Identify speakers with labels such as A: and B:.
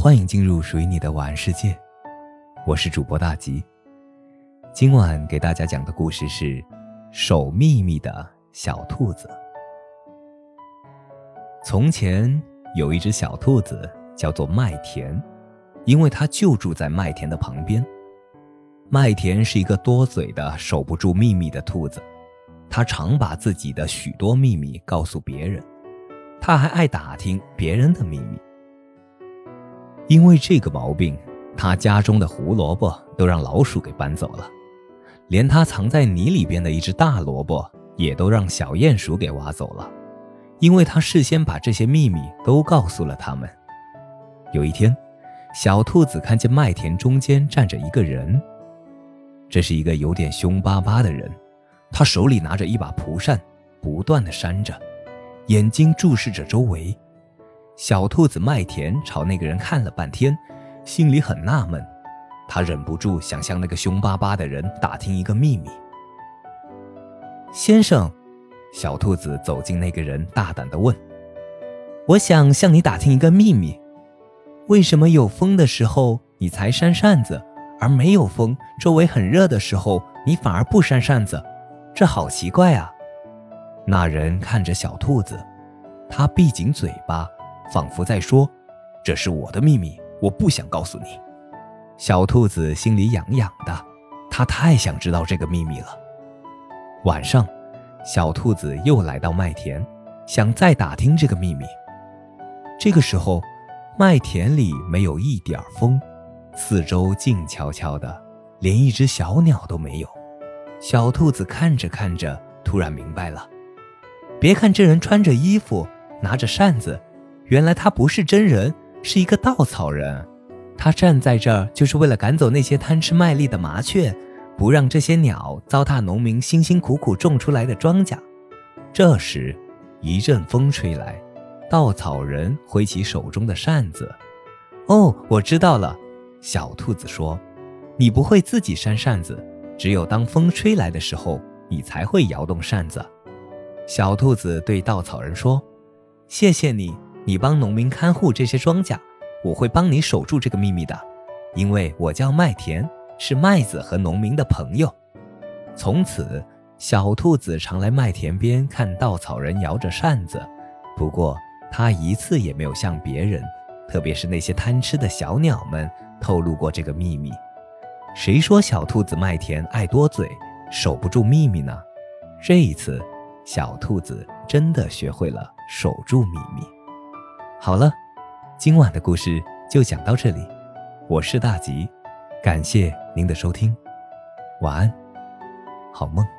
A: 欢迎进入属于你的晚安世界，我是主播大吉。今晚给大家讲的故事是守秘密的小兔子。从前有一只小兔子叫做麦田，因为它就住在麦田的旁边。麦田是一个多嘴的守不住秘密的兔子，它常把自己的许多秘密告诉别人，它还爱打听别人的秘密。因为这个毛病，他家中的胡萝卜都让老鼠给搬走了，连他藏在泥里边的一只大萝卜也都让小鼹鼠给挖走了，因为他事先把这些秘密都告诉了他们。有一天，小兔子看见麦田中间站着一个人，这是一个有点凶巴巴的人，他手里拿着一把蒲扇，不断地扇着，眼睛注视着周围。小兔子麦田朝那个人看了半天，心里很纳闷，他忍不住想向那个凶巴巴的人打听一个秘密。先生，小兔子走近那个人，大胆地问，我想向你打听一个秘密，为什么有风的时候你才扇扇子，而没有风，周围很热的时候你反而不扇扇子，这好奇怪啊。那人看着小兔子，他闭紧嘴巴，仿佛在说，这是我的秘密，我不想告诉你。小兔子心里痒痒的，他太想知道这个秘密了。晚上，小兔子又来到麦田，想再打听这个秘密。这个时候，麦田里没有一点风，四周静悄悄的，连一只小鸟都没有。小兔子看着看着，突然明白了，别看这人穿着衣服，拿着扇子，原来他不是真人，是一个稻草人。他站在这儿就是为了赶走那些贪吃麦粒的麻雀，不让这些鸟糟蹋农民辛辛苦苦种出来的庄稼。这时，一阵风吹来，稻草人挥起手中的扇子。哦，我知道了，小兔子说，你不会自己扇扇子，只有当风吹来的时候，你才会摇动扇子。小兔子对稻草人说，谢谢你，你帮农民看护这些庄稼，我会帮你守住这个秘密的，因为我叫麦田，是麦子和农民的朋友。从此，小兔子常来麦田边看稻草人摇着扇子，不过他一次也没有向别人，特别是那些贪吃的小鸟们透露过这个秘密。谁说小兔子麦田爱多嘴，守不住秘密呢？这一次，小兔子真的学会了守住秘密。好了，今晚的故事就讲到这里，我是大吉，感谢您的收听，晚安，好梦。